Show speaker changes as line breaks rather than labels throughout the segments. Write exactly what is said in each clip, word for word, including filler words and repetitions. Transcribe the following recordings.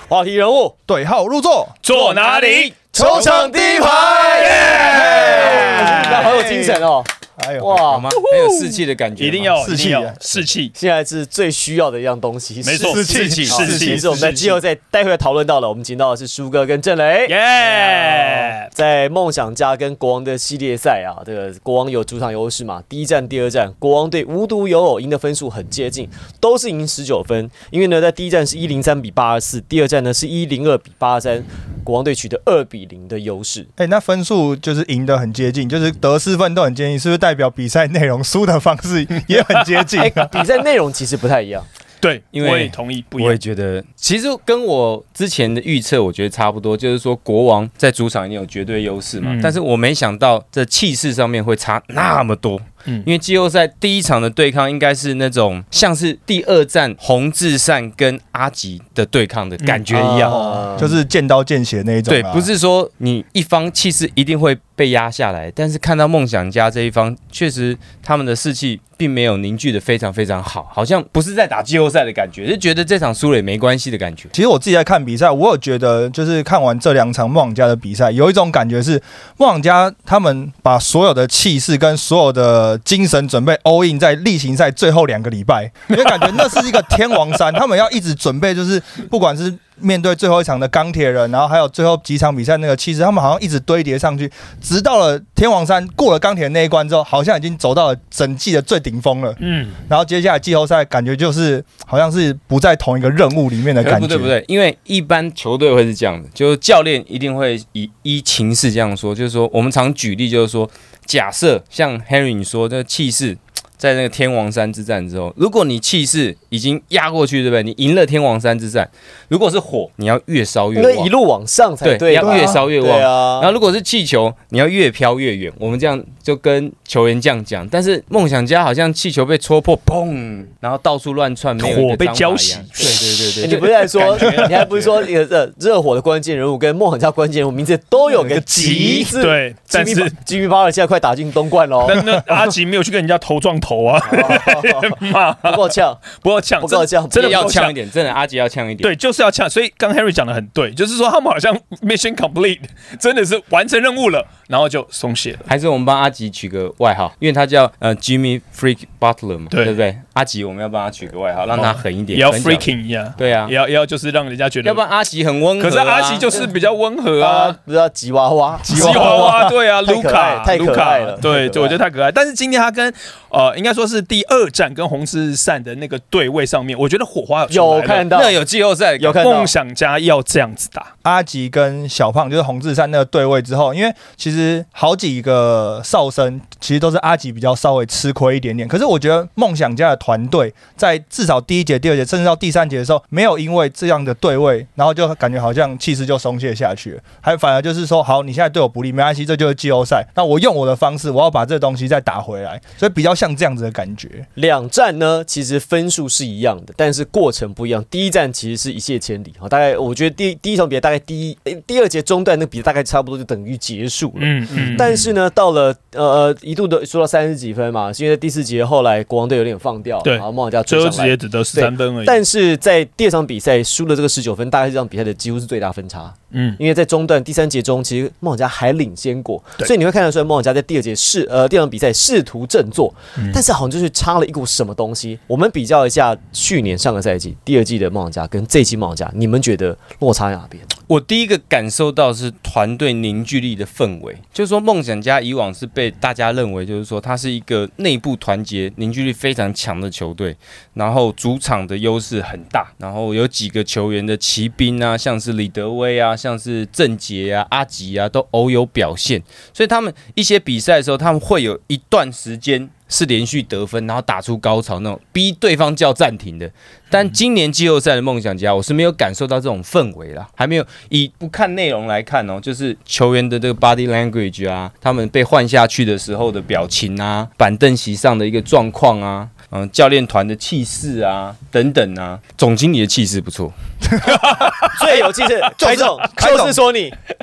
话题人物
对号入座，
坐哪里？
球场第一排，耶！好有精神哦。
哎呦，
哇，
很有士气的感觉，
一定要
士气
一定要士气。
现在是最需要的一样东西，
没错，
士
气，士气。
其实我们在季后赛待会讨论到了，我们请到的是舒哥跟郑雷，
耶！
在梦想家跟国王的系列赛啊，这个国王有主场优势嘛，第一战、第二战，国王队无独有偶，赢的分数很接近，都是赢十九分。因为呢，在第一战是一零三比八十四，第二战呢是一零二比八十三，国王队取得二比零的优势。
哎、欸，那分数就是赢得很接近，就是得失分都很接近，是不是代表比赛内容输的方式也很接近、啊
欸？比赛内容其实不太一样。
对，
因为
我也同意，不一样。
我也觉得，其实跟我之前的预测，我觉得差不多，就是说国王在主场一定有绝对优势嘛，嗯、但是我没想到这气势上面会差那么多。嗯，因为季后赛第一场的对抗应该是那种像是第二战洪志善跟阿吉的对抗的感觉一样，
嗯哦、就是见刀见血那一种、啊。
对，不是说你一方气势一定会被压下来，但是看到梦想家这一方，确实他们的士气并没有凝聚的非常非常好，好像不是在打季后赛的感觉，就觉得这场输了也没关系的感觉。
其实我自己在看比赛，我有觉得就是看完这两场梦想家的比赛，有一种感觉是梦想家他们把所有的气势跟所有的精神准备 all in 在例行赛最后两个礼拜，因为感觉那是一个天王山，他们要一直准备，就是不管是面对最后一场的钢铁人，然后还有最后几场比赛那个气势，他们好像一直堆叠上去，直到了天王山过了钢铁人那一关之后，好像已经走到了整季的最顶峰了。嗯，然后接下来季后赛感觉就是好像是不在同一个任务里面的感觉。
不对不对，因为一般球队会是这样的，就是教练一定会以依情势这样说，就是说我们常举例，就是说假设像 Henry 你说这气势。在那个天王山之战之后，如果你气势已经压过去，对不对？你赢了天王山之战，如果是火，你要越烧越旺，
那一路往上才 对,
对，要越烧越旺。
对啊。
然后如果是气球，你要越飘越远。我们这样就跟球员这样讲，但是梦想家好像气球被戳破，砰，然后到处乱窜，没有一个
火被浇熄。
对对对对，
你不是在说，你还不是说那个热火的关键人物跟梦想家关键人物名字都有个吉字？
对，但是
吉米巴尔现在快打进东冠喽。
但那阿吉没有去跟人家头撞头啊。
不够呛，
不够呛，
不够呛，
真的要呛一点，真的阿吉要呛一点。
对，就是要呛。所以刚 Henry 讲的很对，就是说他们好像 mission complete， 真的是完成任务了，然后就松懈了。
还是我们帮阿吉取个外号，因为他叫呃 Jimmy Freak Butler 嘛， 对, 对不对？阿吉我们要帮他取个外号，让他狠一点，
也要 freaking 一样。
对啊，
也要也要就是让人家觉得，
要不然阿吉很温和、啊，
可是阿吉就是比较温和啊，
不知道吉娃娃，
吉娃娃，对啊，卢卡
太可爱了，
对，我觉得太可爱。但是今天他跟呃，应该说是第二战跟洪志善的那个对位上面，我觉得火花
有, 有看到，
那有季后赛
有看到，
梦想家要这样子打。
阿吉跟小胖就是洪志善那个对位之后，因为其实好几个哨声其实都是阿吉比较稍微吃亏一点点，可是我觉得梦想家的团队在至少第一节、第二节，甚至到第三节的时候，没有因为这样的对位，然后就感觉好像气势就松懈下去了，还反而就是说，好，你现在对我不利，没关系，这就是季后赛，那我用我的方式，我要把这个东西再打回来，所以比较像这样子的感觉。
两战呢，其实分数是一样的，但是过程不一样。第一战其实是一泻千里，大概我觉得第第一场比赛大概第一、第二节中段那个比赛大概差不多就等于结束了。嗯嗯。但是呢，到了呃一度的说到三十几分嘛，是因为第四节后来国王队有点放掉，
对，
然后梦想家
最后也只得十三分而已。
但是在第二场比赛输了这个十九分，大概是这场比赛的几乎是最大分差。嗯，因为在中段第三节中，其实梦想家还领先过，所以你会看得出来梦想家在第二节试呃第二场比赛试图振作，嗯、但是好像就是差了一股什么东西。我们比较一下去年上个赛季第二季的梦想家跟这一季梦想家，你们觉得落差在哪边？
我第一个感受到是团队凝聚力的氛围，就是说梦想家以往是被大家认为就是说它是一个内部团结凝聚力非常强的球队，然后主场的优势很大，然后有几个球员的骑兵啊，像是李德威啊，像是郑杰啊、阿吉啊，都偶有表现，所以他们一些比赛的时候，他们会有一段时间是连续得分，然后打出高潮那种，逼对方叫暂停的。但今年季后赛的梦想家，我是没有感受到这种氛围啦，还没有。以不看内容来看哦，就是球员的这个 body language 啊，他们被换下去的时候的表情啊，板凳席上的一个状况啊，嗯，教练团的气势啊，等等啊，总经理的气势不错。
最有气势，开总就是说你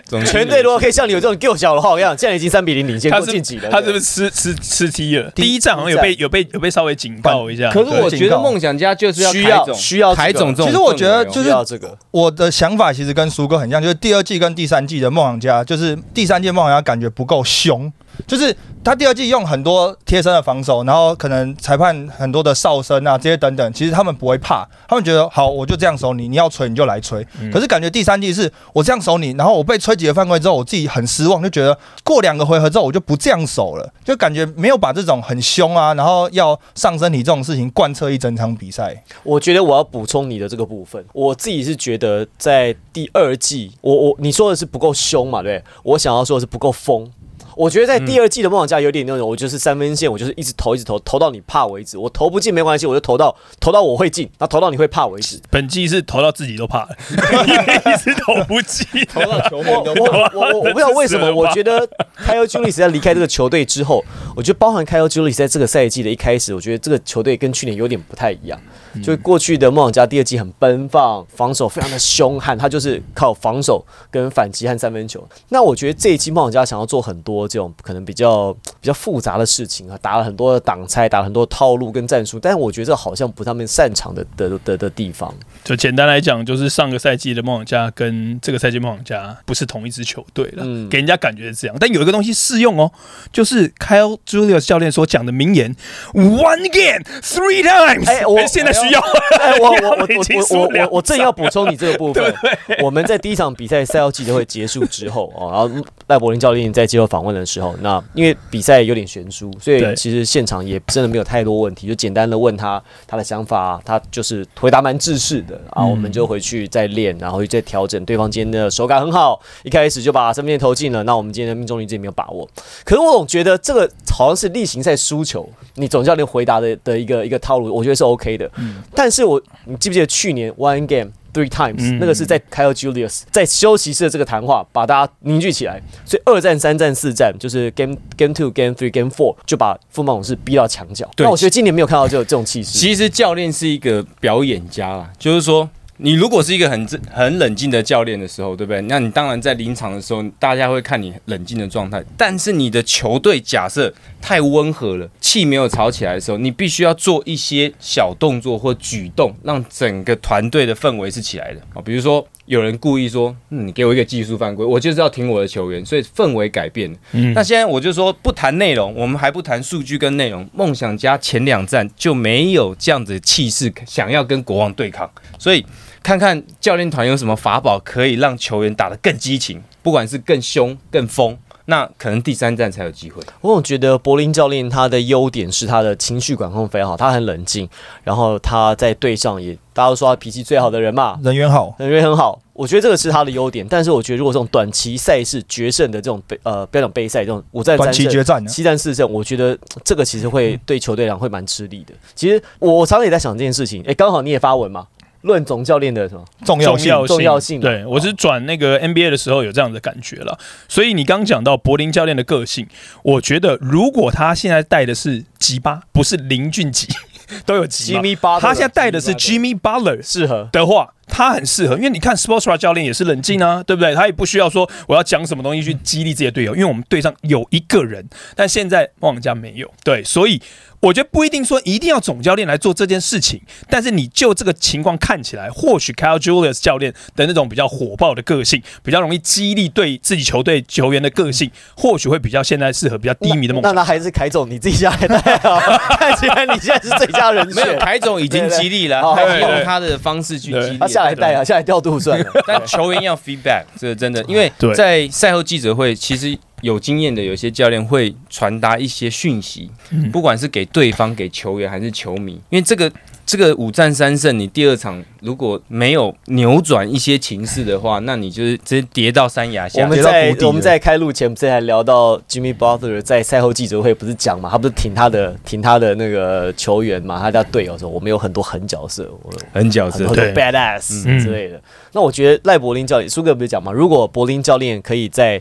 全队如果可以像你有这种救小的话，我跟你讲，现在已经三比零领先过晋级了。
他是不是吃吃吃踢了？第一站好像有被有被有被稍微警告一下。
可是我觉得梦想家就是要
需要需要
台总这种。
其实我觉得就是
这个，
我的想法其实跟苏哥很像，就是第二季跟第三季的梦想家，就是第三季梦想家感觉不够凶。就是他第二季用很多贴身的防守，然后可能裁判很多的哨声啊这些等等，其实他们不会怕，他们觉得好，我就这样守你，你要吹你就来吹。嗯、可是感觉第三季是我这样守你，然后我被吹几个犯规之后，我自己很失望，就觉得过两个回合之后我就不这样守了，就感觉没有把这种很凶啊，然后要上身体这种事情贯彻一整场比赛。
我觉得我要补充你的这个部分，我自己是觉得在第二季，我我你说的是不够凶嘛，对不对？我想要说的是不够疯。我觉得在第二季的梦想家有点那种，我就是三分线，我就是一直投，一直投，投到你怕为止。我投不进没关系，我就投到投到我会进，然后投到你会怕为止。
本季是投到自己都怕了，一直投不进，
投到球迷都怕。
我我我我不知道为什么，我觉得 Kyle Julius 在离开这个球队之后，我觉得包含 Kyle Julius 在这个赛季的一开始，我觉得这个球队跟去年有点不太一样。就过去的梦想家第二季很奔放，防守非常的凶悍，他就是靠防守跟反击和三分球。那我觉得这一季梦想家想要做很多这种可能比较比较复杂的事情啊，打了很多的挡拆，打了很多套路跟战术，但是我觉得这好像不是他们擅长的的的的地方。
就简单来讲，就是上个赛季的梦想家跟这个赛季梦想家不是同一支球队了，嗯、给人家感觉是这样。但有一个东西适用哦，就是 Kyle Julius 教练所讲的名言 ：“One game three times。”哎，我现在需要。
哎，我我我我我我我正要补充你这个部分。我们在第一场比赛赛后记者会结束之后哦，然后赖柏林教练在接受访问的时候，那因为比赛有点悬殊，所以其实现场也真的没有太多问题，就简单的问他他的想法，他就是回答蛮制式的啊。我们就回去再练，然后再调整。对方今天的手感很好，一开始就把三分线投进了，那我们今天的命中率自己没有把握。可是我总觉得这个好像是例行赛输球，你总教练回答的的一个一个套路，我觉得是 OK 的。嗯、但是我你记不记得去年 one game three times、嗯、那个是在 Kyle Julius 在休息室的这个谈话，把大家凝聚起来，所以二战、三战、四战就是 game game two、game three、game four 就把富邦勇士逼到墙角。那我觉得今年没有看到这这种气势。
其实教练是一个表演家啦，就是说。你如果是一个很很冷静的教练的时候，对不对？那你当然在临场的时候，大家会看你冷静的状态。但是你的球队假设太温和了，气没有吵起来的时候，你必须要做一些小动作或举动，让整个团队的氛围是起来的。比如说有人故意说，嗯，你给我一个技术犯规，我就是要挺我的球员，所以氛围改变了。嗯，那现在我就说不谈内容，我们还不谈数据跟内容。梦想家前两战就没有这样子的气势，想要跟国王对抗，所以。看看教练团有什么法宝可以让球员打得更激情，不管是更凶、更疯，那可能第三站才有机会。
我总觉得柏林教练他的优点是他的情绪管控非常好，他很冷静，然后他在队上也大家都说他脾气最好的人嘛，
人缘好，
人缘很好。我觉得这个是他的优点，但是我觉得如果这种短期赛事决胜的这种呃不要讲杯赛这种五战三胜、
决战、
七战四胜，我觉得这个其实会对球队来讲会蛮吃力的。其实我常常也在想这件事情，哎，刚好你也发文嘛。论总教练的什么
重要性？
重要性，
对我是转那个 N B A 的时候有这样的感觉了。所以你刚讲到柏林教练的个性，我觉得如果他现在带的是吉巴，不是林俊杰，都有吉巴，他现在带的是 Jimmy Butler
适合
的话。他很适合，因为你看 Spoelstra 教练也是冷静啊，对不对？他也不需要说我要讲什么东西去激励自己的队友，因为我们队上有一个人，但现在梦想家没有，对，所以我觉得不一定说一定要总教练来做这件事情，但是你就这个情况看起来，或许 Kyle Julius 教练的那种比较火爆的个性，比较容易激励对自己球队球员的个性，或许会比较现在适合比较低迷的梦想。
那那还是凯总你自己下来带好，看起来你现在是最佳人选。
没有，凯总已经激励了，他用他的方式去激励。
他下来带啊，下来调度算了。
但球员要 feedback， 这是真的，因为在赛后记者会，其实有经验的有些教练会传达一些讯息，不管是给对方、给球员还是球迷，因为这个。这个五战三胜，你第二场如果没有扭转一些情势的话，那你就是直接跌到山崖下。
我们在我们在开录前不是还聊到 Jimmy Butler 在赛后记者会不是讲嘛，他不是挺他的挺他的那个球员嘛，他的队友说我们有很多狠角色，
狠角色，
很多 badass 之类的。那我觉得赖柏林教练，苏哥不是讲嘛，如果柏林教练可以在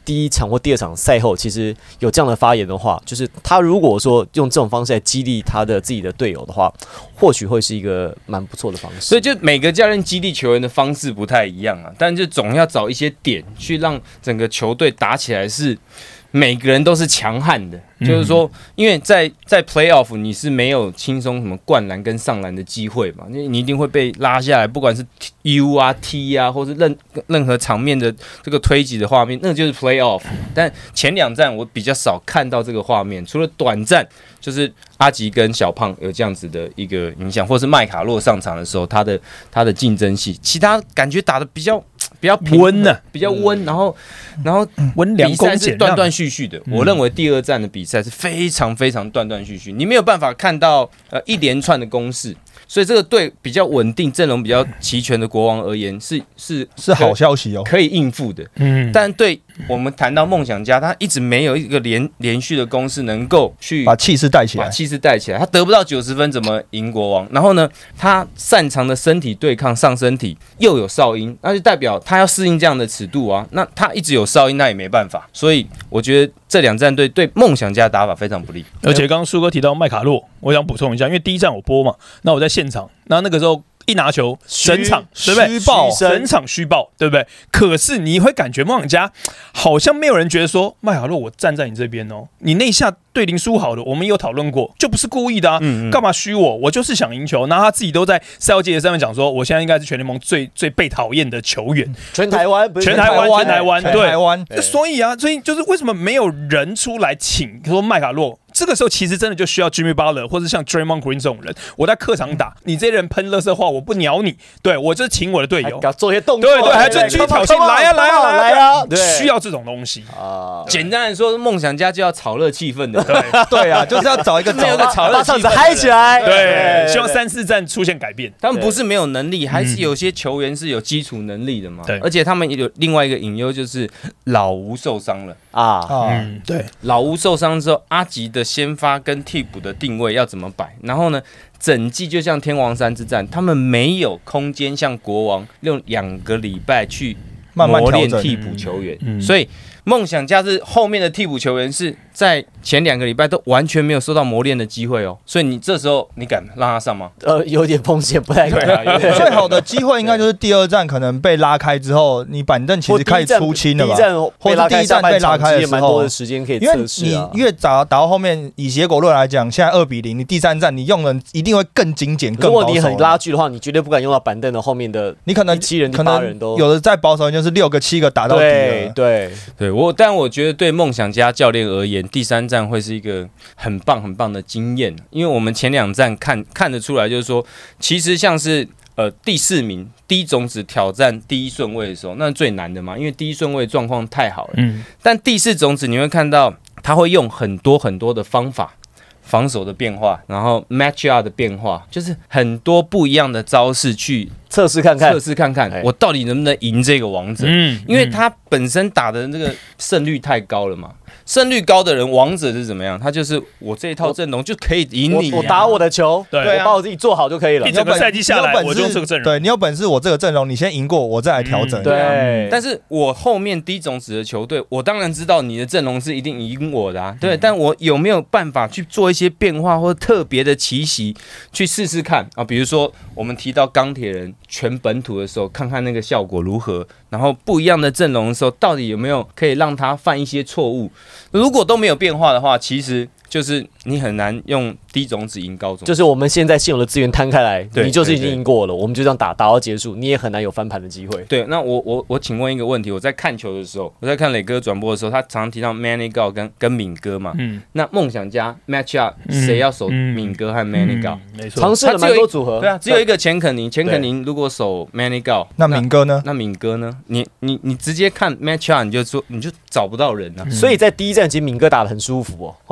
第一场或第二场赛后，其实有这样的发言的话，就是他如果说用这种方式来激励他的自己的队友的话，或许会是一个蛮不错的方式。
所以就每个教练激励球员的方式不太一样啊，但就总要找一些点去让整个球队打起来是每个人都是强悍的。就是说，因为在在 playoff 你是没有轻松什么灌篮跟上篮的机会嘛，你你一定会被拉下来，不管是 U 啊 T 啊，或是任任何场面的这个推挤的画面，那就是 playoff。但前两战我比较少看到这个画面，除了短暂，就是阿吉跟小胖有这样子的一个影响，或是麦卡洛上场的时候，他的他的竞争戏，其他感觉打得比较比较
温呢、啊，
比较温，然后然后
温良恭俭让，
比赛是断断续续的。我认为第二战的比赛是非常非常断断续续，你没有办法看到呃一连串的攻势。所以这个对比较稳定、阵容比较齐全的国王而言，是是
是好消息哦，
可以应付的。嗯，但对我们谈到梦想家，他一直没有一个连连续的攻势能够去
把气势带起来，
把气势带起来。他得不到九十分，怎么赢国王？然后呢，他擅长的身体对抗上身体又有哨音，那就代表他要适应这样的尺度啊。那他一直有哨音，那也没办法。所以我觉得这两战队对梦想家的打法非常不利。
而且刚刚舒哥提到麦卡洛，我想补充一下，因为第一站我播嘛，那我在现场，那那个时候一拿球，整场对不对？
虚爆，
整场虚爆，对不对？可是你会感觉梦想家好像没有人觉得说麦卡洛，我站在你这边哦，你那下对林书豪的，我们也有讨论过，就不是故意的啊，嗯嗯干嘛虚我？我就是想赢球。然后他自己都在赛后记者上面讲说，我现在应该是全联盟最最被讨厌的球员，
全台湾，
全台湾，全台湾，对，
台湾。
所以啊，所以就是为什么没有人出来请说麦卡洛？这个时候其实真的就需要 Jimmy Butler 或者像 Draymond Green 这种人。我在客场打，你这些人喷垃圾话，我不鸟你，对我就是请我的队友
做些动作，
对对，还就继续挑衅，来啊来啊来啊，需要这种东西
啊。简单来说，梦想家就要炒热气氛的，
对
对啊，就是要找一个
没有个炒热气氛，
嗨起来，
对，希望三四战出现改变。
他们不是没有能力，还是有些球员是有基础能力的嘛。对，而且他们有另外一个隐忧，就是老吴受伤了啊。
嗯，对，
老吴受伤之后，阿吉的先发跟替补的定位要怎么摆？然后呢，整季就像天王山之战，他们没有空间像国王用两个礼拜去磨练替补球员，嗯嗯、所以梦想家是后面的替补球员是在前两个礼拜都完全没有受到磨练的机会哦，所以你这时候你敢让他上吗？
呃，有点风险，不太敢。
啊、最好的机会应该就是第二站可能被拉开之后，你板凳其实开始出清了吧？
或者第一站被拉开的时候，蛮多的
时
间可以测试、
啊、因为你越打打到后面，以结果论来讲，现在二比零，你第三站你用的一定会更精简、更保守。
如果你很拉锯的话，你绝对不敢用到板凳的后面的，
你可能
七人、第八人都
有的再保守就是六个、七个打到底了。
对对
对，我但我觉得对梦想家教练而言，第三站会是一个很棒很棒的经验，因为我们前两站看看得出来，就是说，其实像是呃第四名低种子挑战第一顺位的时候，那是最难的嘛，因为第一顺位状况太好了。嗯，但第四种子你会看到他会用很多很多的方法。防守的变化，然后 match up 的变化，就是很多不一样的招式去
测试看看，
测试看看我到底能不能赢这个王者。嗯，因为他本身打的这个胜率太高了嘛。胜率高的人，王者是怎么样？他就是我这一套阵容就可以赢你、啊，
我打我的球，
对，
我把我自己做好就可以了。
一整个赛季下来，我就用这个阵容。
对，你有本事，我这个阵容你先赢过，我再来调整。
嗯、对，
但是我后面低种子的球队，我当然知道你的阵容是一定赢我的啊。对，嗯、但我有没有办法去做一些变化或特别的奇袭，去试试看啊？比如说我们提到钢铁人全本土的时候，看看那个效果如何。然后不一样的阵容的时候，到底有没有可以让他犯一些错误？如果都没有变化的话，其实就是你很难用低种子赢高种子。
就是我们现在现有的资源摊开来，你就是已经赢过了，我们就这样打打到结束，你也很难有翻盘的机会。
对，那我我我请问一个问题，我在看球的时候，我在看磊哥转播的时候，他常常提到 Manny Gao 跟跟敏哥嘛，嗯，那梦想家 match up 谁要守敏哥和 Manny Gao？、嗯、
没错，尝试了蛮多组合。
对啊，只有一个钱肯宁，钱肯宁如果守 Manny Gao，
那敏哥呢？
那敏哥呢？你你你直接看 match up 你就说你就找不到人啊。
嗯、所以在第一站其实敏哥打得很舒服哦，哦，只有两个。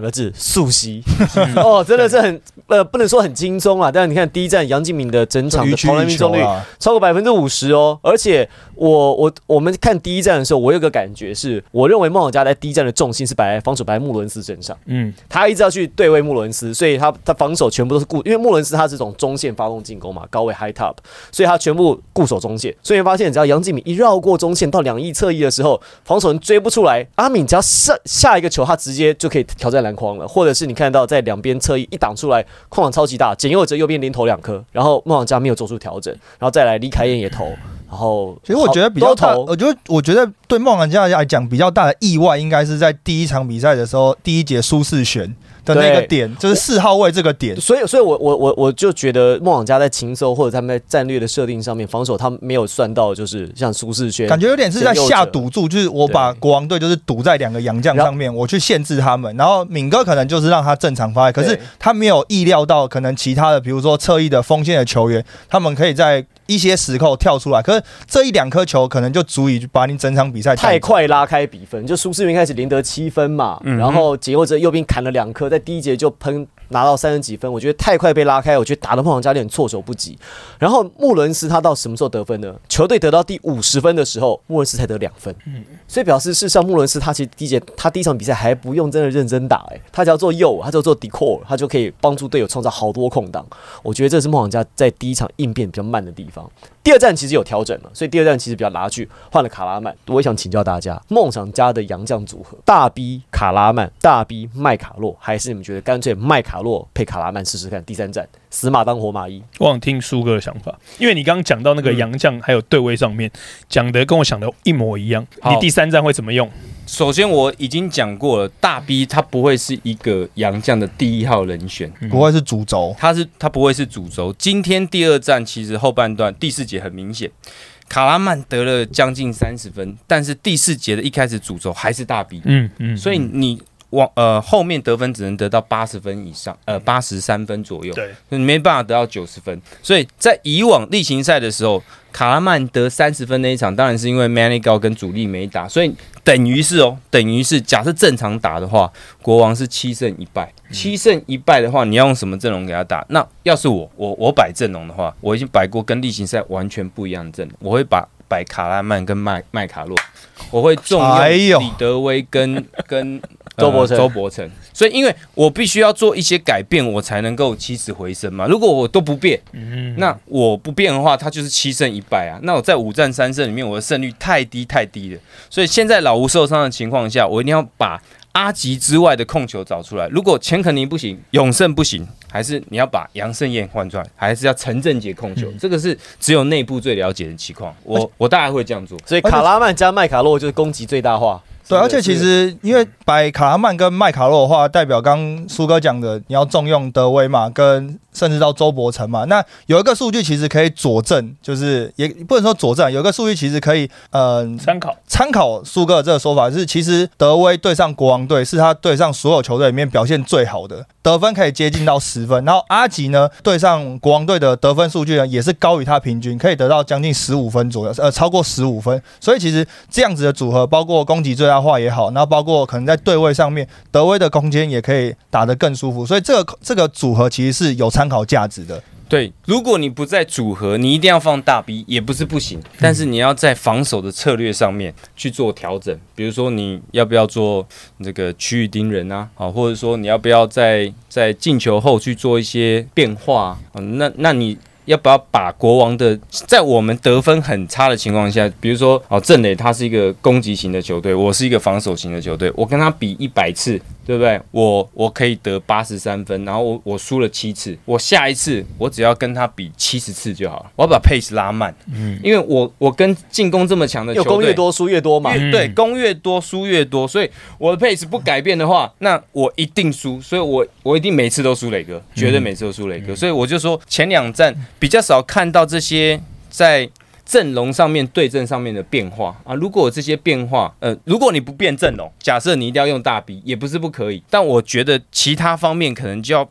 个字：速吸。哦，真的是很呃，不能说很轻松啊，但是你看第一站杨敬敏的整场的投篮命中率超过百分之五十哦，而且我我我们看第一站的时候，我有个感觉是，我认为梦想家在第一站的重心是摆在防守摆在穆伦斯身上，嗯，他一直要去对位穆伦斯，所以他他防守全部都是固，因为穆伦斯他是这种中线发动进攻嘛，高位 high top， 所以他全部固守中线，所以你发现只要杨敬敏一绕过中线到两翼侧翼的时候，防守人追不出来，阿敏只要下下一个球，他直接就可以挑战篮筐了，或者是你看到在两边侧翼一挡出来，空档超级大，简佑哲右边连投两颗，然后梦想家没有做出调整，然后再来李凯燕也投。然后，
其实我觉得比较大，我觉得我觉得对梦想家来讲比较大的意外，应该是在第一场比赛的时候，第一节苏世璇的那个点，就是四号位这个点。
所以，所以我我我我就觉得梦想家在情搜或者他们在战略的设定上面，防守他们没有算到，就是像苏世璇，
感觉有点是在下赌注，就是我把国王队就是赌在两个洋将上面，我去限制他们，然后敏哥可能就是让他正常发挥，可是他没有意料到，可能其他的比如说侧翼的锋线的球员，他们可以在一些时刻跳出来，可是这一两颗球可能就足以把你整场比赛
太快拉开比分。就苏世璇开始连得七分嘛，嗯、然后简佑哲右边砍了两颗，在第一节就喷拿到三十几分，我觉得太快被拉开，我觉得打得梦想家有点措手不及。然后穆伦斯他到什么时候得分呢？球队得到第五十分的时候，穆伦斯才得两分，嗯、所以表示事实上穆伦斯他其实第一节他第一场比赛还不用真的认真打、欸，他只要做右，他只要做 decor， 他就可以帮助队友创造好多空档。我觉得这是梦想家在第一场应变比较慢的地方。第二站其实有调整了，所以第二站其实比较拉锯，换了卡拉曼。我也想请教大家，梦想家的洋将组合，大 B 卡拉曼，大 B 麦卡洛，还是你们觉得干脆麦卡洛配卡拉曼试试看？第三站死马当活马医。
我想听苏哥的想法，因为你刚刚讲到那个洋将还有对位上面讲的跟我想的一模一样。你第三站会怎么用？
首先我已经讲过了，大 B 他不会是一个洋将的第一号人选，
不会是主轴，
他是他不会是主轴。今天第二站其实后半段第四节很明显，卡拉曼得了将近三十分，但是第四节的一开始主轴还是大 B， 嗯嗯，所以你往呃后面得分只能得到八十分以上，呃八十三分左右，对，你没办法得到九十分。所以在以往例行赛的时候，卡拉曼得三十分那一场，当然是因为 Manny 高跟主力没打，所以等于是哦，等于是假设正常打的话，国王是七胜一败，七胜一败的话，你要用什么阵容给他打？那要是我，我我摆阵容的话，我已经摆过跟例行赛完全不一样的阵容，我会把摆卡拉曼跟麦麦卡洛，我会重用李德威跟跟。
周伯成，
周伯成，所以因为我必须要做一些改变，我才能够起死回生嘛。如果我都不变，嗯、那我不变的话，他就是七胜一败啊。那我在五战三胜里面，我的胜率太低太低了。所以现在老吴受伤的情况下，我一定要把阿吉之外的控球找出来。如果钱肯尼不行，永胜不行，还是你要把杨胜燕换出来，还是要陈振杰控球？嗯、这个是只有内部最了解的情况。我我大概会这样做。
所以卡拉曼加麦卡洛就是攻击最大化。
对，而且其实因为摆卡拉曼跟麦卡洛的话，代表刚苏哥讲的，你要重用德威嘛，跟甚至到周伯成嘛。那有一个数据其实可以佐证，就是也不能说佐证，有一个数据其实可以呃
参考
参考苏哥的这个说法，是其实德威对上国王队是他对上所有球队里面表现最好的，得分可以接近到十分。然后阿吉呢对上国王队的得分数据呢也是高于他平均，可以得到将近十五分左右，呃超过十五分。所以其实这样子的组合，包括攻击最大化也好，然后包括可能在对位上面，德威的空间也可以打得更舒服，所以这个这个组合其实是有参考价值的。
对，如果你不在组合，你一定要放大 B 也不是不行，但是你要在防守的策略上面去做调整，比如说你要不要做这个区域盯人啊，或者说你要不要在在进球后去做一些变化啊，那那你。要不要把国王的在我们得分很差的情况下，比如说哦，郑磊他是一个攻击型的球队，我是一个防守型的球队，我跟他比一百次，对不对？我我可以得八十三分，然后我我输了七次，我下一次我只要跟他比七十次就好了。我要把 pace 拉慢，嗯，因为我我跟进攻这么强的球队，
有攻越多输越多嘛，
越对，攻越多输越多，所以我的 pace 不改变的话，那我一定输，所以我我一定每次都输磊哥，绝对每次都输磊哥，嗯、所以我就说前两站比较少看到这些在阵容上面对阵上面的变化啊。如果有这些变化，呃，如果你不变阵容，假设你一定要用大 B， 也不是不可以，但我觉得其他方面可能就要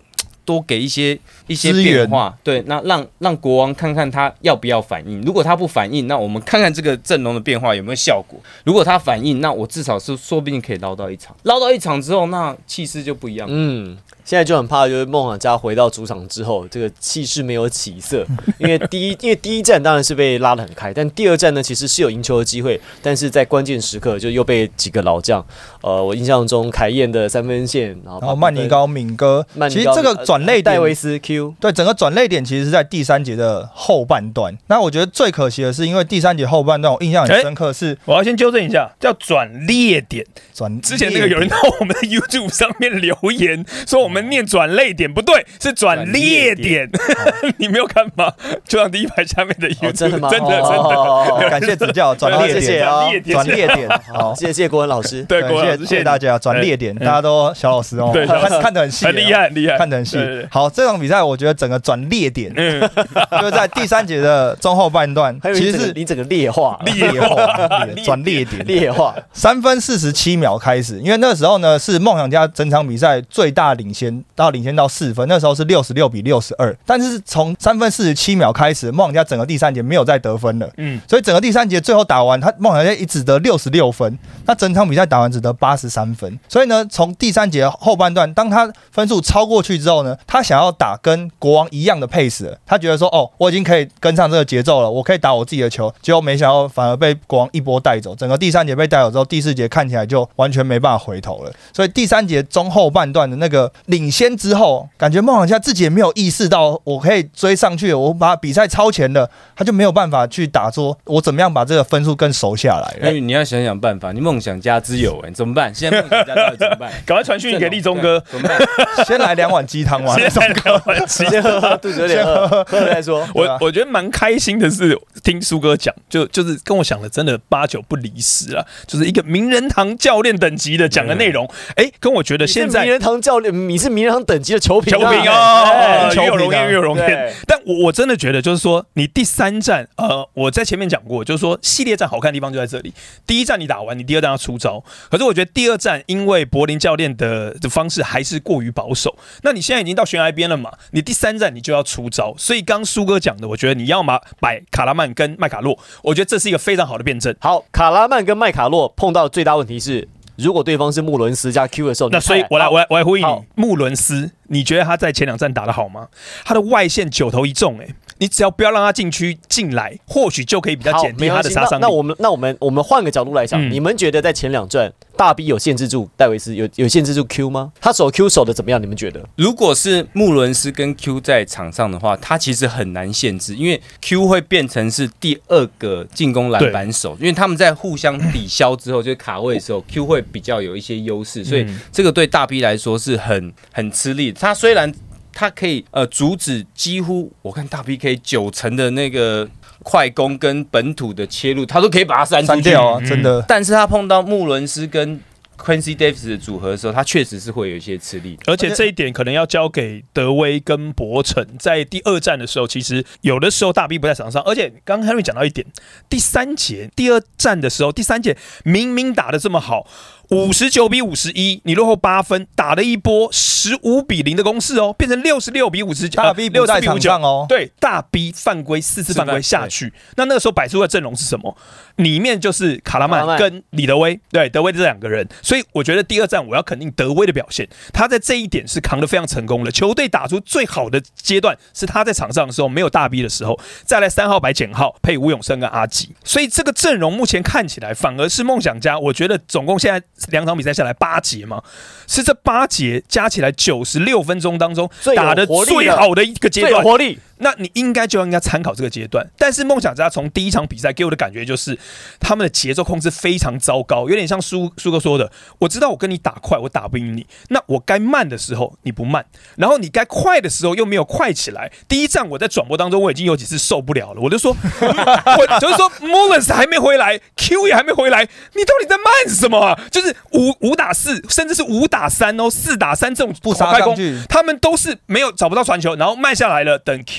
多给一些一些变化，对，那让让国王看看他要不要反应。如果他不反应，那我们看看这个阵容的变化有没有效果。如果他反应，那我至少是说不定可以捞到一场。捞到一场之后，那气势就不一样了。嗯。
现在就很怕，就是梦想家回到主场之后，这个气势没有起色。因为第一，因为第一站当然是被拉得很开，但第二站呢，其实是有赢球的机会，但是在关键时刻就又被几个老将，呃，我印象中凯燕的三分线，然后,
然后曼尼高、敏哥，其实这个转捩点，
戴维斯 Q，
对，整个转捩点其实是在第三节的后半段。那我觉得最可惜的是，因为第三节后半段我印象很深刻是，
欸、我要先纠正一下，叫转捩点。
转
之前那个有人到我们的 YouTube 上面留言说我们念转捩点不对，是转捩点，你没有看吗？就像第一排下面的 YouTube，、哦、
真的吗？
真的真的，
哦、感谢指教，转捩点，转捩点，
好，谢谢国文老师，
对，国文老师，
谢谢大家，转捩点，大家都小老师哦，
对，
看看得很细，
很厉害，很厉害，
看得很细。好，这场比赛我觉得整个转捩点，嗯，就是在第三节的中后半段，其实是
你整个劣化，
劣化，转捩点，
劣化，
三分四十七秒开始，因为那时候呢是梦想家整场比赛最大领先，到领先到四分，那时候是六十六比六十二，但是从三分四十七秒开始，梦想家整个第三节没有再得分了，嗯，所以整个第三节最后打完，他梦想家一只得六十六分，那整场比赛打完只得八十三分，所以呢，从第三节后半段，当他分数超过去之后呢，他想要打跟国王一样的 pace 了，他觉得说，哦，我已经可以跟上这个节奏了，我可以打我自己的球，结果没想到反而被国王一波带走，整个第三节被带走之后，第四节看起来就完全没办法回头了，所以第三节中后半段的那个领先之后，感觉梦想家自己也没有意识到我可以追上去，我把比赛超前了，他就没有办法去打说我怎么样把这个分数更熟下来了。
因为你要想想办法，你梦想家之友哎、欸，怎么办？现在梦想家到底怎么办？
赶快传讯给立中哥，
怎么办？
先来两碗鸡汤嘛，
先来两碗鸡
汤，肚子有点饿，喝了再说。
我我觉得蛮开心的是，听苏哥讲，就就是跟我想的真的八九不离十啊，就是一个名人堂教练等级的讲的内容，哎、欸，跟我觉得现在
名人堂教练，你是名人堂等级的球评、啊，
球评哦，越有荣焉越有荣焉。但我我真的觉得，就是说，你第三站，呃，我在前面讲过，就是说，系列战好看的地方就在这里。第一站你打完，你第二站要出招。可是我觉得第二站，因为柏林教练的的方式还是过于保守，那你现在已经到悬崖边了嘛？你第三站你就要出招。所以刚苏哥讲的，我觉得你要嘛摆卡拉曼跟麦卡洛，我觉得这是一个非常好的辩证。
好，卡拉曼跟麦卡洛碰到的最大问题是，如果对方是穆伦斯加 Q 的时候，
那所以我来我来我来呼应你，穆伦斯，你觉得他在前两站打得好吗？他的外线九投一中、欸，哎，你只要不要让他禁区进来，或许就可以比较减低他的杀伤力。
那我们那我们我们换个角度来想、嗯，你们觉得在前两站大 B 有限制住戴维斯，有有限制住 Q 吗？他守 Q 守的怎么样？你们觉得？
如果是穆伦斯跟 Q 在场上的话，他其实很难限制，因为 Q 会变成是第二个进攻篮板手，因为他们在互相抵消之后，就是卡位的时候 ，Q 会比较有一些优势，所以这个对大 B 来说是很很吃力的。他虽然他可以呃阻止几乎我看大 P K 九成的那个快攻跟本土的切入，他都可以把它删出去
掉啊，真的。
但是他碰到穆伦斯跟 Quincy Davis 的组合的时候，他确实是会有一些吃力的，
而且这一点可能要交给德威跟博城。在第二战的时候，其实有的时候大 B 不在场上，而且刚刚 Henry 讲到一点，第三节第二战的时候，第三节明明打得这么好。五十九比五十一，你落后八分，打了一波十五比零的攻势哦，变成六十六比五十九，
大 B 不在场上哦。
对，大 B 犯规四次犯规下去，那那个时候摆出的阵容是什么？里面就是卡拉曼跟李德威，对，德威这两个人。所以我觉得第二战我要肯定德威的表现，他在这一点是扛得非常成功的。球队打出最好的阶段是他在场上的时候，没有大 B 的时候，再来三号摆简浩配吴永生跟阿吉，所以这个阵容目前看起来反而是梦想家。我觉得总共现在两场比赛下来八节嘛，是这八节加起来九十六分钟当中打的最好的一个阶段，
最有活力。
那你应该就应该参考这个阶段。但是梦想家从第一场比赛给我的感觉就是他们的节奏控制非常糟糕，有点像苏苏哥说的，我知道我跟你打快，我打不赢你，那我该慢的时候你不慢，然后你该快的时候又没有快起来。第一站我在转播当中我已经有几次受不了了，我就说我就是说 Mullins 还没回来 Q 也还没回来，你到底在慢什么啊？就是五五打四甚至是五打三哦，四打三这种
不杀上去，
他们都是没有找不到传球，然后慢下来了，等 Q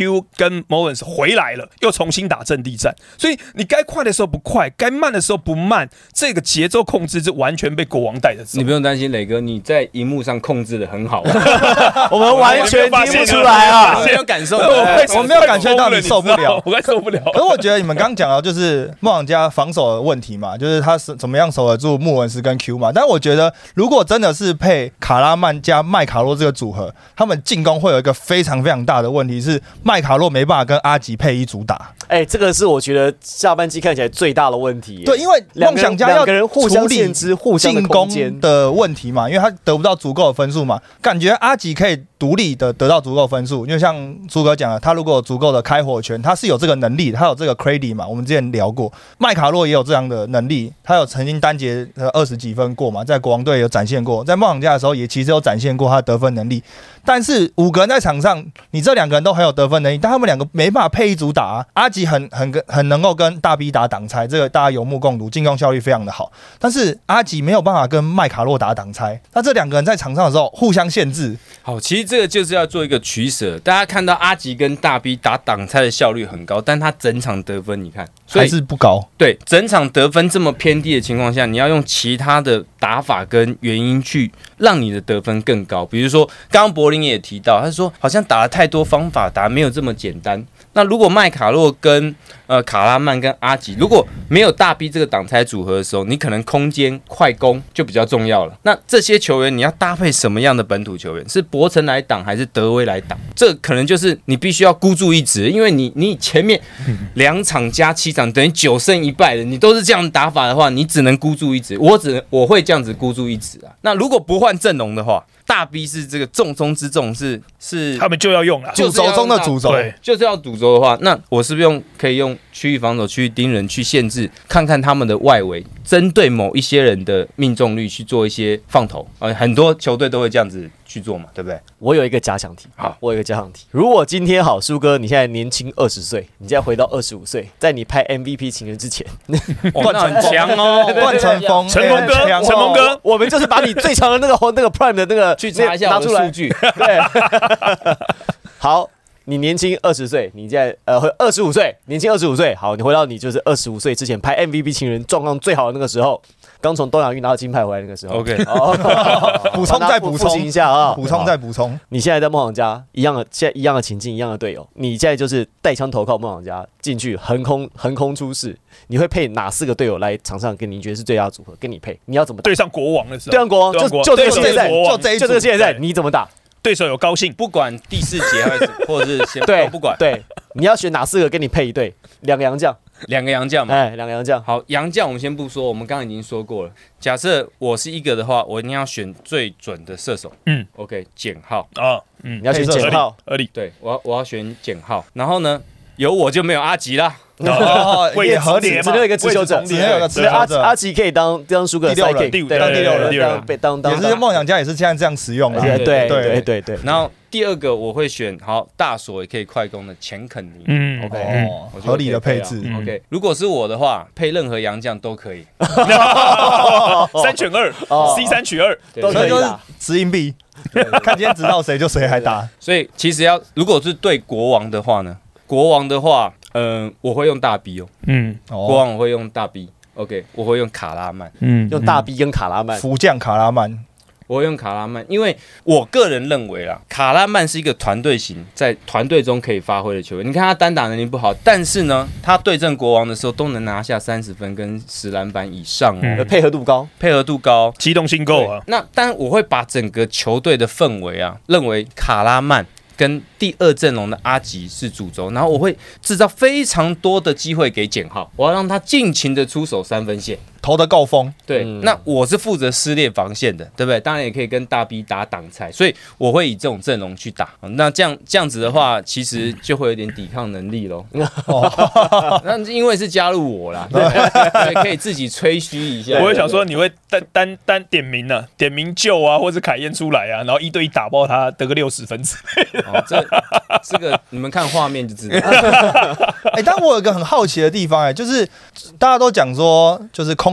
Q 跟 Mullins 回来了，又重新打阵地战，所以你该快的时候不快，该慢的时候不慢，这个节奏控制是完全被国王带着走。
你不用担心，磊哥，你在荧幕上控制的很好，
我们完全听不出来啊，
没有感受到，
我没有感觉到你受不了，
我快受不了。
可是我觉得你们刚讲到就是梦想家防守的问题嘛，就是他是怎么样守得住穆文斯跟 Q 嘛，但我觉得如果真的是配卡拉曼加麦卡洛这个组合，他们进攻会有一个非常非常大的问题是麦卡洛没办法跟阿吉配一组打。
哎、欸，这个是我觉得下半季看起来最大的问题。
对，因为梦想家要
两个人互相限制、互相
进攻的问题嘛，因为他得不到足够的分数嘛。感觉阿吉可以独立的得到足够的分数，因为像朱哥讲的，他如果有足够的开火权，他是有这个能力，他有这个 credit 嘛。我们之前聊过，麦卡洛也有这样的能力，他有曾经单节二十几分过嘛，在国王队有展现过，在梦想家的时候也其实有展现过他的得分能力。但是五个人在场上，你这两个人都很有得分能力，但他们两个没办法配一组打、啊。阿吉很很很能够跟大 B 打挡拆，这个大家有目共睹，进攻效率非常的好。但是阿吉没有办法跟麦卡洛打挡拆，那这两个人在场上的时候互相限制。
好，其实这个就是要做一个取舍。大家看到阿吉跟大 B 打挡拆的效率很高，但他整场得分你看
还是不高。
对，整场得分这么偏低的情况下，你要用其他的打法跟原因去让你的得分更高。比如说，刚刚柏林也提到，他说好像打了太多方法，打没有这么简单。那如果麦卡洛跟呃卡拉曼跟阿吉如果没有大 B 这个挡拆组合的时候，你可能空间快攻就比较重要了。那这些球员你要搭配什么样的本土球员？是博城来挡还是德威来挡？这可能就是你必须要孤注一掷，因为你你前面两场加七场等于九胜一败的，你都是这样打法的话，你只能孤注一掷。我只能我会这样子孤注一掷啊。那如果不换阵容的话，大 B 是这个重中之重，是是
他们就要用了，
主轴中的主轴，
就是要主轴的话，那我是不是用可以用区域防守、区域盯人去限制，看看他们的外围，针对某一些人的命中率去做一些放投？呃，很多球队都会这样子去做嘛，对不对？
我有一个假想题，
好，
我有一个假想题。如果今天好，舒哥，你现在年轻二十岁，你现在回到二十五岁，在你拍 M V P 情人之前，
哇，那很强哦，
段成峰、
成峰哥、成峰哥，
我们就是把你最强的那个那个 Prime 的那个
去查一下我的数据，
对，好。你年轻二十岁，你现在呃二十五岁，年轻二十五岁，好，你回到你就是二十五岁之前拍 M V P 情人状况最好的那个时候，刚从东亚运拿到金牌回来那个时候。
OK，
补充再补充
一下啊，
补充再补充。
你现在在梦想家一样的，现在一样的情境，一样的队友，你现在就是带枪投靠梦想家进去横空横空出世，你会配哪四个队友来场上跟你觉得是最佳的组合？跟你配，你要怎么打？
对上国王的时候，
对上国王，就就这个现在，
就这一
就这个现在，你怎么打？
对手有高兴，
不管第四节还是或者是先
对
不管，
对，你要选哪四个跟你配一队？两个洋将，
两个洋将嘛，
哎，两个洋将。
好，洋将我们先不说，我们刚刚已经说过了。假设我是一个的话，我一定要选最准的射手。
嗯
，OK， 简浩
啊，嗯，
你要选简浩，
合理。
对，我要我要选简浩。然后呢，有我就没有阿吉啦。
哦，也合理，
只有一个持球者，
只有一个持球者。
阿吉可以当当舒哥的
第六人，
当第六
人，当被当当。
也是梦想家也是现在这样使用的。
对对对对对。
然后第二个我会选好大锁也可以快攻的钱肯尼。
嗯
，OK，
合理的配置。
OK， 如果是我的话，配任何洋将都可以。
三选二 ，C 三取二，
都可以打。
掷硬币，看今天直到谁就谁还打。
所以其实要如果是对国王的话呢，国王的话。嗯，我会用大 B 哦，嗯，国王我会用大 B，OK， 我会用卡拉曼，
嗯，用大 B 跟卡拉曼，
福将卡拉曼，
我会用卡拉曼，因为我个人认为啦，卡拉曼是一个团队型，在团队中可以发挥的球员。你看他单打能力不好，但是呢，他对阵国王的时候都能拿下三十分跟十篮板以上哦，
嗯、配合度高，
配合度高，
机动性够啊。
那但我会把整个球队的氛围啊，认为卡拉曼跟第二阵容的阿吉是主轴，然后我会制造非常多的机会给简浩，我要让他尽情的出手三分线，
投得够疯。
对，嗯、那我是负责撕裂防线的，对不对？当然也可以跟大 B 打挡拆，所以我会以这种阵容去打。那这样这样子的话，其实就会有点抵抗能力咯。那因为是加入我啦，对，可以自己吹嘘一下。
我会想说，你会单单单点名啊，点名救啊，或者凯燕出来啊，然后一对一打爆他，得个六十分之类的。
哦，这这个你们看画面就知道。
哎、欸，但我有一个很好奇的地方、欸，哎，就是大家都讲说，就是空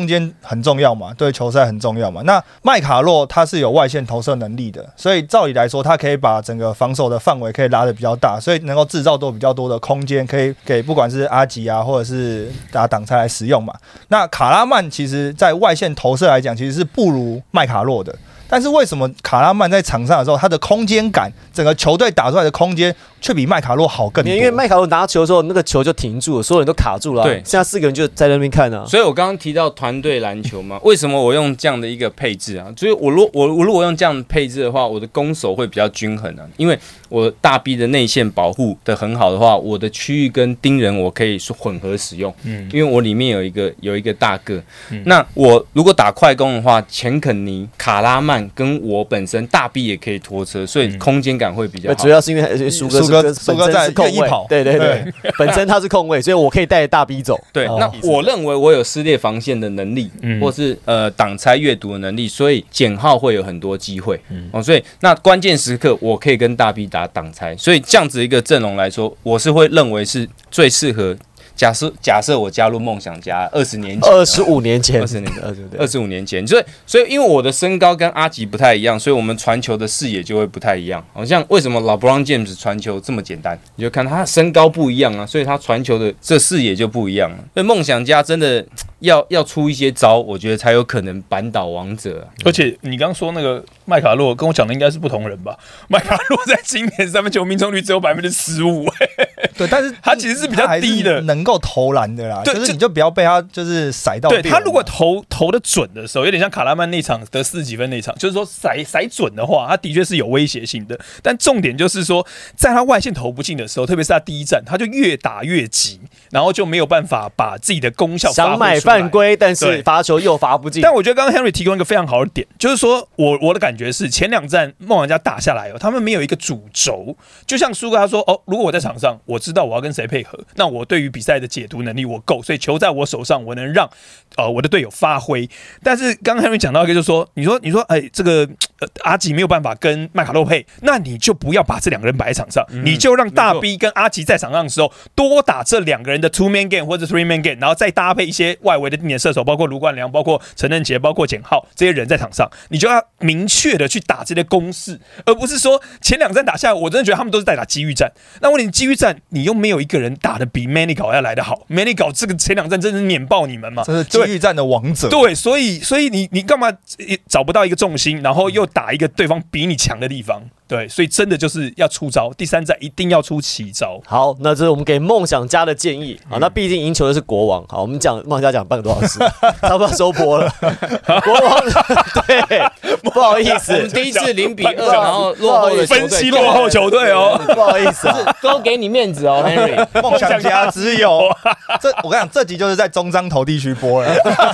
空间很重要嘛，对球赛很重要嘛。那麦卡洛他是有外线投射能力的，所以照理来说，他可以把整个防守的范围可以拉得比较大，所以能够制造多比较多的空间，可以给不管是阿吉啊，或者是打挡拆来使用嘛。那卡拉曼其实在外线投射来讲，其实是不如麦卡洛的。但是为什么卡拉曼在场上的时候，他的空间感，整个球队打出来的空间却比麦卡洛好更多？
因为麦卡洛拿球的时候，那个球就停住了，所有人都卡住了、啊。对，现在四个人就在那边看啊。
所以我刚刚提到团队篮球嘛，为什么我用这样的一个配置啊？所以我如我我如果用这样的配置的话，我的攻守会比较均衡啊，因为我大 B 的内线保护的很好的话，我的区域跟盯人我可以混合使用，嗯，因为我里面有一个有一个大个，嗯、那我如果打快攻的话，钱肯尼、卡拉曼跟我本身大 B 也可以拖车，所以空间感会比较好。
主要是因为苏哥
苏哥苏哥在控
位，对对对，本身他是控卫，所以我可以带着大 B 走。
对，那我认为我有撕裂防线的能力，嗯、或是呃挡拆阅读的能力，所以简浩会有很多机会。嗯、哦，所以那关键时刻我可以跟大 B 打挡拆，所以这样子一个阵容来说，我是会认为是最适合。假设假设我加入梦想家二十年前，
二十五年前，
二十年二十五年前，所以所以因为我的身高跟阿吉不太一样，所以我们传球的视野就会不太一样。好像为什么老 LeBron James 传球这么简单？你就看他身高不一样啊，所以他传球的这视野就不一样了。所以梦想家真的要要出一些招，我觉得才有可能扳倒王者、啊。
而且你刚刚说那个麦卡洛跟我讲的应该是不同人吧？麦卡洛在今年三分球命中率只有百分之十五，
对，但是
他其实是比较低的，
能够投篮的啦。对，就是你就不要被他就是甩到。
对，他如果投投的准的时候，有点像卡拉曼那场得四十几分那场，就是说甩甩准的话，他的确是有威胁性的。但重点就是说，在他外线投不进的时候，特别是他第一战，他就越打越急，然后就没有办法把自己的功效发挥出来。
想买犯规，但是罚球又罚不进。
但我觉得刚刚 Henry 提供一个非常好的点，就是说我我的感觉是前两战梦想家打下来哦，他们没有一个主轴，就像苏哥他说哦，如果我在场上，我知道我要跟谁配合，那我对于比赛的解读能力我够，所以球在我手上，我能让呃我的队友发挥。但是刚刚 Henry 讲到一个，就是说，你说你说哎，这个、呃、阿吉没有办法跟麦卡洛配，那你就不要把这两个人摆在场上，嗯、你就让大 B 跟阿吉在场上的时候多打这两个人的 two man game 或者 three man game， 然后再搭配一些外围的定点射手，包括卢冠良、包括陈振杰、包括简浩这些人在场上，你就要明确的去打这些攻势，而不是说前两战打下来，我真的觉得他们都是在打机遇战。那问题机遇战，你又没有一个人打得比 Manny 搞要来得好 ，Manny 搞这个前两战真是碾爆你们嘛，
这是机遇战的王者。
对，所以所以你你干嘛找不到一个重心，然后又打一个对方比你强的地方？对，所以真的就是要出招，第三战一定要出奇招。
好，那这是我们给梦想家的建议。好，那毕竟赢球的是国王。好，我们讲梦想家讲半个多小时，差不多收播了。国王，对，不好意思，
我们第一次零比二，然后落后的
分析落后球队哦，
不好意思、啊，
都给你面子哦 ，Henry。
梦想家只有这，我跟你讲，这集就是在中彰投地区播了。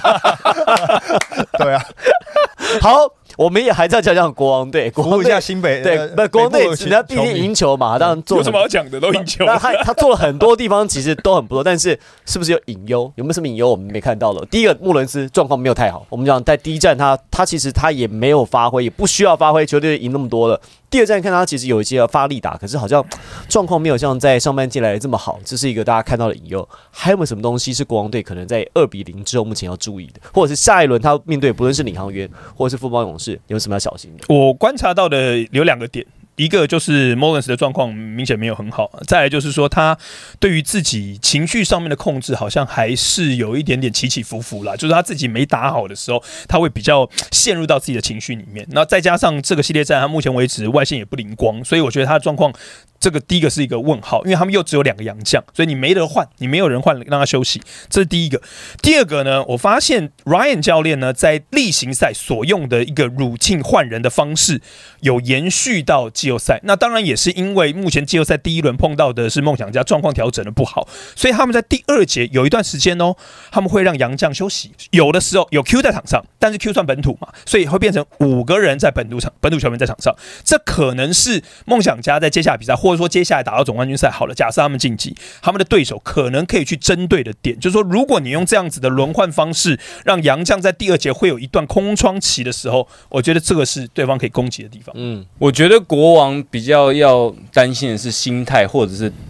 对啊，
好。我们也还是要讲讲国王队，
服务一下新北
对，不、呃，国王队人家毕竟赢球嘛，当然做
有什么好讲的，都赢球。
那他他做了很多地方，其实都很不错，但是是不是有隐忧？有没有什么隐忧我们没看到的？第一个，穆伦斯状况没有太好，我们讲在第一站他他其实他也没有发挥，也不需要发挥，球队赢那么多了。第二站看他其实有一些发力打，可是好像状况没有像在上半季来的这么好，这是一个大家看到的隐忧。还有没有什么东西是国王队可能在二比零之后目前要注意的，或者是下一轮他面对不论是领航员或者是富邦勇士，有什么要小心的？
我观察到的有两个点。一个就是 Mullins 的状况明显没有很好，再来就是说他对于自己情绪上面的控制好像还是有一点点起起伏伏啦，就是他自己没打好的时候，他会比较陷入到自己的情绪里面。那再加上这个系列战，他目前为止外线也不灵光，所以我觉得他的状况。这个第一个是一个问号，因为他们又只有两个洋将，所以你没得换，你没有人换让他休息，这是第一个。第二个呢，我发现 Ryan 教练呢在例行赛所用的一个 routine 换人的方式有延续到季后赛，那当然也是因为目前季后赛第一轮碰到的是梦想家，状况调整的不好，所以他们在第二节有一段时间哦，他们会让洋将休息，有的时候有 Q 在场上，但是 Q 算本土嘛，所以会变成五个人在本土场本土球员在场上，这可能是梦想家在接下来比赛。或者说接下来打到总冠军赛好了，假设他们晋级，他们的对手可能可以去针对的点，就是说，如果你用这样子的轮换方式，让洋将在第二节会有一段空窗期的时候，我觉得这个是对方可以攻击的地方。
嗯，我觉得国王比较要担心的是心态，或者是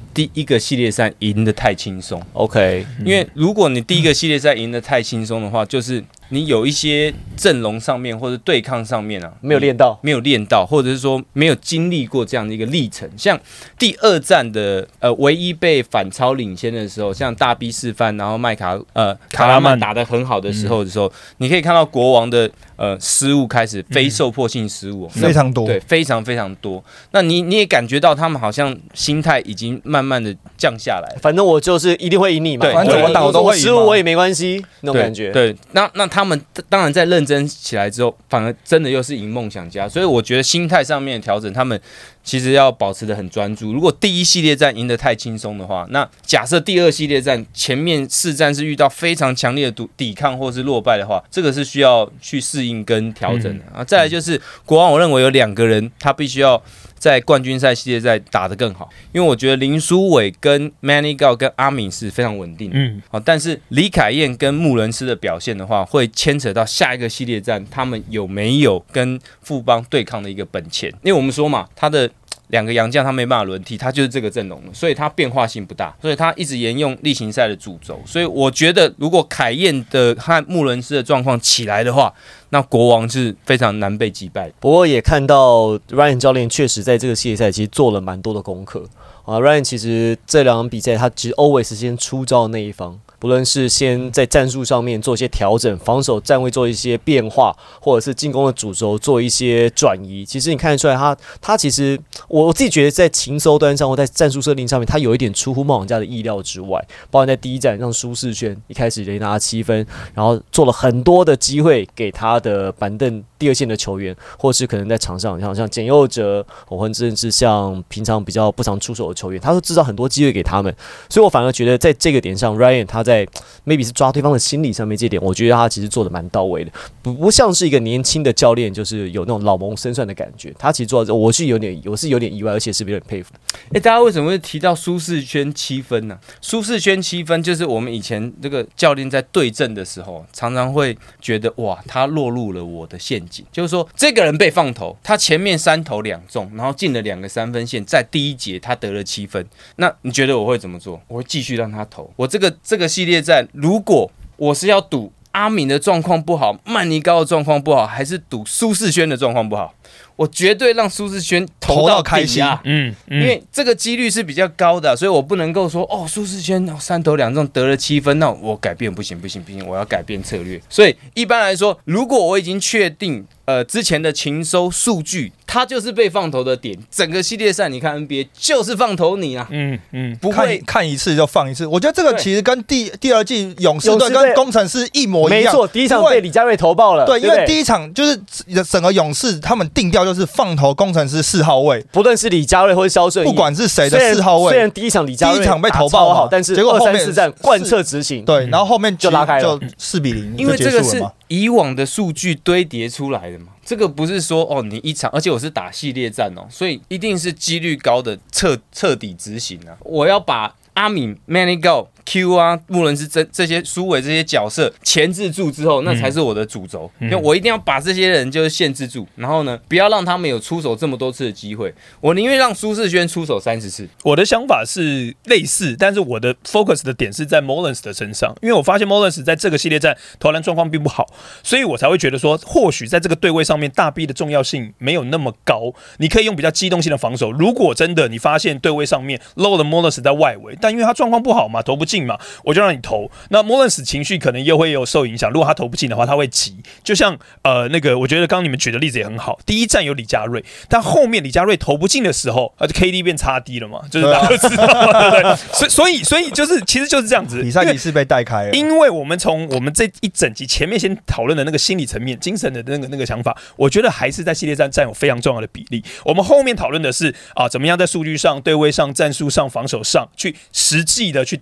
第一个系列赛赢得太轻松。
OK，
因为如果你第一个系列赛赢得太轻松的话，就是你有一些阵容上面或者对抗上面啊，
没有练到，
没有练到，或者是说没有经历过这样的一个历程。像第二战的呃，唯一被反超领先的时候，像大 B 示范，然后麦卡呃卡拉曼打得很好的时候的时候，嗯、你可以看到国王的呃失误开始非受迫性失误、
嗯、非常多，
对，非常非常多。那你你也感觉到他们好像心态已经慢慢的降下来，
反正我就是一定会赢你嘛，
对，
反正怎么打我都会赢，
失误我也没关系，那种感觉。
对，对那那他们当然在认真起来之后，反而真的又是赢梦想家，所以我觉得心态上面的调整，他们其实要保持得很专注。如果第一系列战赢得太轻松的话，那假设第二系列战前面四战是遇到非常强烈的抵抗或是落败的话，这个是需要去适应跟调整的、嗯、啊。再来就是国王，我认为有两个人他必须要在冠军赛系列赛打得更好，因为我觉得林书伟跟 Manny Gao 跟阿敏是非常稳定的，嗯，好，但是李凯燕跟穆伦斯的表现的话，会牵扯到下一个系列战他们有没有跟富邦对抗的一个本钱，因为我们说嘛，他的两个洋将他没办法轮替，他就是这个阵容了，所以他变化性不大，所以他一直沿用例行赛的主轴，所以我觉得如果凯燕的和穆伦斯的状况起来的话，那国王是非常难被击败的。
不过也看到 Ryan 教练确实在这个系列赛其实做了蛮多的功课啊。Ryan 其实这两场比赛他其实 always 先出招的那一方，不论是先在战术上面做一些调整，防守站位做一些变化，或者是进攻的主轴做一些转移，其实你看得出来他他其实我自己觉得在情搜端上或在战术设定上面，他有一点出乎梦想家的意料之外。包含在第一战让舒适圈一开始连拿七分，然后做了很多的机会给他的板凳第二线的球员，或是可能在场上像像简佑哲，或者是像平常比较不常出手的球员，他都制造很多机会给他们。所以我反而觉得在这个点上 ，Ryan 他在 maybe 是抓对方的心理上面这点，我觉得他其实做的蛮到位的，不不像是一个年轻的教练，就是有那种老谋深算的感觉。他其实做到这，我是有点我是有点意外，而且是有点佩服的。
哎、欸，大家为什么会提到舒适圈七分呢、啊？舒适圈七分就是我们以前这个教练在对阵的时候，常常会觉得哇，他落入了我的陷阱。就是说，这个人被放投，他前面三投两中，然后进了两个三分线，在第一节他得了七分。那你觉得我会怎么做？我会继续让他投。我这个这个系列战，如果我是要赌阿敏的状况不好，曼尼高的状况不好，还是赌苏世轩的状况不好？我绝对让苏世轩投到开心啊！嗯，嗯因为这个几率是比较高的、啊，所以我不能够说哦，苏世轩三投两中得了七分，那我改变不行不行不行，我要改变策略。所以一般来说，如果我已经确定呃之前的情搜数据，它就是被放投的点，整个系列赛你看 N B A 就是放投你啊，嗯嗯，不会
看, 看一次就放一次。我觉得这个其实跟第第二季勇士队跟工程师一模一样，
没错，第一场被李佳瑞投爆了，
对，因为第一场就是整个勇士他们定调就是放投工程师四号位，
不论是李佳瑞或是肖顺义，
不管是谁的四号位，
虽然第一场李佳瑞
第一场被投爆好，
但是
结果后面
二三四战贯彻执行，
对，然后后面
就拉开了，
就四比零，
因为这个是以往的数据堆叠出来的嘛。这个不是说哦，你一场，而且我是打系列战哦，所以一定是几率高的彻彻底执行啊！我要把阿敏、Manny Gao、Q 啊、穆伦斯这这些苏伟这些角色钳制住之后，那才是我的主轴。嗯、因为我一定要把这些人就是限制住，然后呢，不要让他们有出手这么多次的机会。我宁愿让苏世轩出手三十次。
我的想法是类似，但是我的 focus 的点是在 Mullins 的身上，因为我发现 Mullins 在这个系列战投篮状况并不好，所以我才会觉得说，或许在这个对位上面，大 B 的重要性没有那么高。你可以用比较机动性的防守。如果真的你发现对位上面 low 的 Mullins 在外围，但因为他状况不好嘛，投不进嘛，我就让你投。那 Mullins 情绪可能又会有受影响。如果他投不进的话，他会急。就像呃那个，我觉得刚刚你们举的例子也很好。第一站有李佳瑞，但后面李佳瑞投不进的时候，呃 K D 变差 D 了嘛，就是大家都知道嘛，对不对？所以所以所以就是其实就是这样子，
比赛仪式被带开了。
因为我们从我们这一整集前面先讨论的那个心理层面、精神的那个那个想法，我觉得还是在系列战占有非常重要的比例。我们后面讨论的是啊，怎么样在数据上、对位上、战术上、防守上去实际的去调调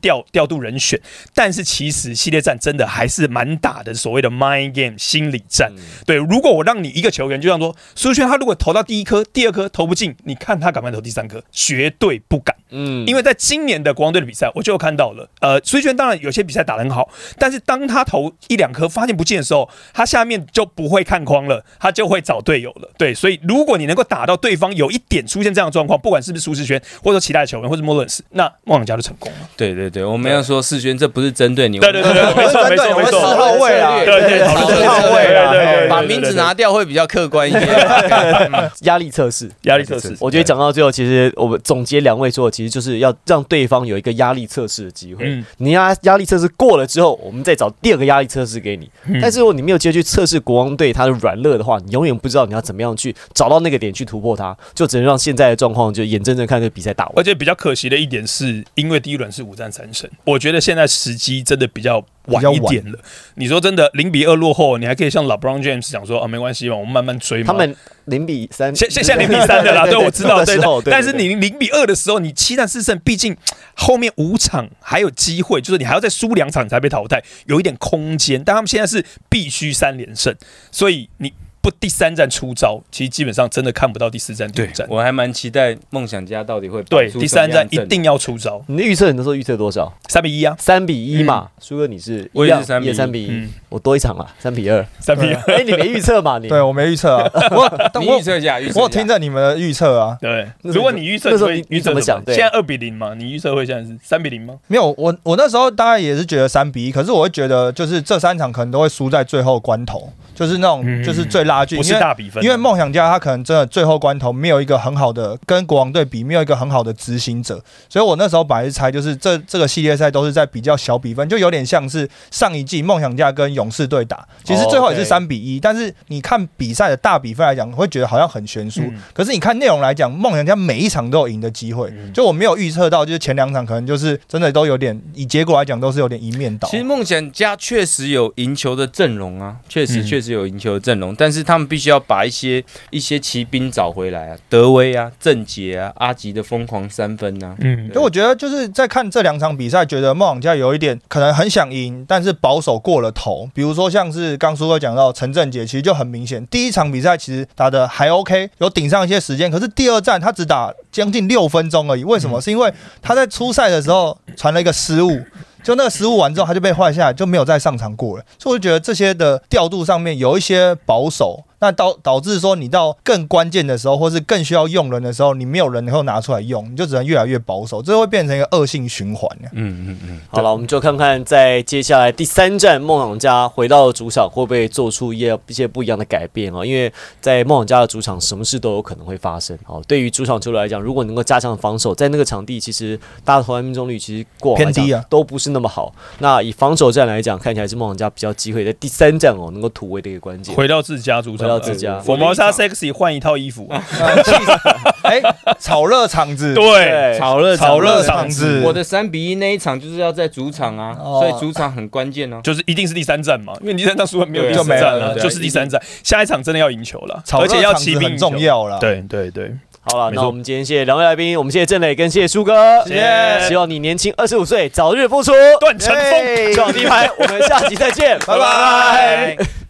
度人选，但是其实系列战真的还是蛮打的，所谓的 mind game 心理战。嗯、对，如果我让你一个球员，就像说苏轩，他如果投到第一颗、第二颗投不进，你看他敢不敢投第三颗？绝对不敢。嗯，因为在今年的国王队的比赛，我就有看到了，呃，苏轩当然有些比赛打得很好，但是当他投一两颗发现不进的时候，他下面就不会看框了，他就会找队友了。对，所以如果你能够打到对方有一点出现这样的状况，不管是不是苏世轩，或者说其他的球员，或者莫伦斯，那梦想家就成功了。
对对对，我们要说世轩，这不是针对你，
对对对对，没错没错没错，
四号位啊，
对对，四号位啊，对对，
把名字拿掉会比较客观一点。
压力测试，
压力测试，
我觉得讲到最后，其实我们总结两位说，其实就是要让对方有一个压力测试的机会。嗯、你压压力测试过了之后，我们再找第二个压力测试给你。嗯、但是如果你没有机会去测试国王队他的软肋的话，你永远不知道你要怎么样去找到那个点去突破它，就只能让现在的状况就眼睁睁看这个比赛打完。
而且比较可惜的一点是，因为第一轮是五战三胜，我觉得现在时机真的比较晚一点了。你说真的，零比二落后，你还可以像 LeBron James 讲说啊，没关系嘛，我们慢慢追嘛。
他们零比三，
现现在零比三的啦，对，我知道，对对。但是你零比二的时候，你七战四胜，毕竟后面五场还有机会，就是你还要再输两场才被淘汰，有一点空间。但他们现在是必须三连胜，所以你不第三站出招，其实基本上真的看不到第四站、第五站。
我还蛮期待梦想家到底会
对第三站一定要出招。
你的预测，你那时候预测多少？
三比一啊，
三比一嘛。苏哥你是，
我也是三比一，
三比一，我多一场啊，三比二，
三比二。
哎，你没预测嘛？你
对我没预测啊，我
你预测一下，
我有听着你们的预测啊。
对，如果你预测，
那时候你怎么想？
现在二比零嘛，你预测会现在是三比零吗？
没有，我我那时候大概也是觉得三比一，可是我会觉得就是这三场可能都会输在最后关头，就是那种就是最拉锯，
不是大比分。
因为梦想家他可能真的最后关头没有一个很好的跟国王队比，没有一个很好的执行者，所以我那时候本来是猜就是这这个系列赛都是在比较小比分，就有点像是上一季梦想家跟勇士队打，其实最后也是三比一，但是你看比赛的大比分来讲，会觉得好像很悬殊，嗯、可是你看内容来讲，梦想家每一场都有赢的机会，嗯、就我没有预测到，就是前两场可能就是真的都有点以结果来讲都是有点一面倒。
其实梦想家确实有赢球的阵容啊，确实确、嗯、实有赢球的阵容，但是他们必须要把一些一些骑兵找回来啊，德威啊、郑杰啊、阿吉的疯狂三分啊。
嗯，所以我觉得就是在看这两场比赛，觉得梦想家有一点可能很想赢，但是保守过了头。比如说像是刚苏哥讲到陈正杰，其实就很明显，第一场比赛其实打得还 OK， 有顶上一些时间，可是第二战他只打将近六分钟而已。为什么？嗯、是因为他在初赛的时候传了一个失误。就那个失误完之后，他就被换下来，就没有再上场过了。所以我就觉得这些的调度上面有一些保守，那导导致说你到更关键的时候，或是更需要用人的时候，你没有人能够拿出来用，你就只能越来越保守，这会变成一个恶性循环。
嗯嗯嗯。好了，我们就看看在接下来第三站，梦想家回到主场会不会做出一些一些不一样的改变啊？因为在梦想家的主场，什么事都有可能会发生。好，对于主场球队来讲，如果能够加强防守，在那个场地，其实大家的投篮命中率其实过往来讲偏低啊，都不是那么好。那以防守战来讲，看起来是梦想家比较机会在第三战哦，能够突围的一个关键。
回到自家主场，
回到自家。
佛摩沙 sexy 换一套衣服，
哎，炒热场子，
对，
炒热
炒热场子。
我的三比一那一场就是要在主场啊，哦、所以主场很关键哦，
就是一定是第三战嘛，因为第三战输了没有第四战了，就是第三战，下一场真的要赢球了，而且要骑兵
很重要了。
对对对。
好了，那我们今天谢谢两位来宾，我们谢谢郑磊跟谢谢苏哥，
谢谢。
希望你年轻二十五岁，早日复出，
段成峰，
上第一排，我们下集再见，拜拜。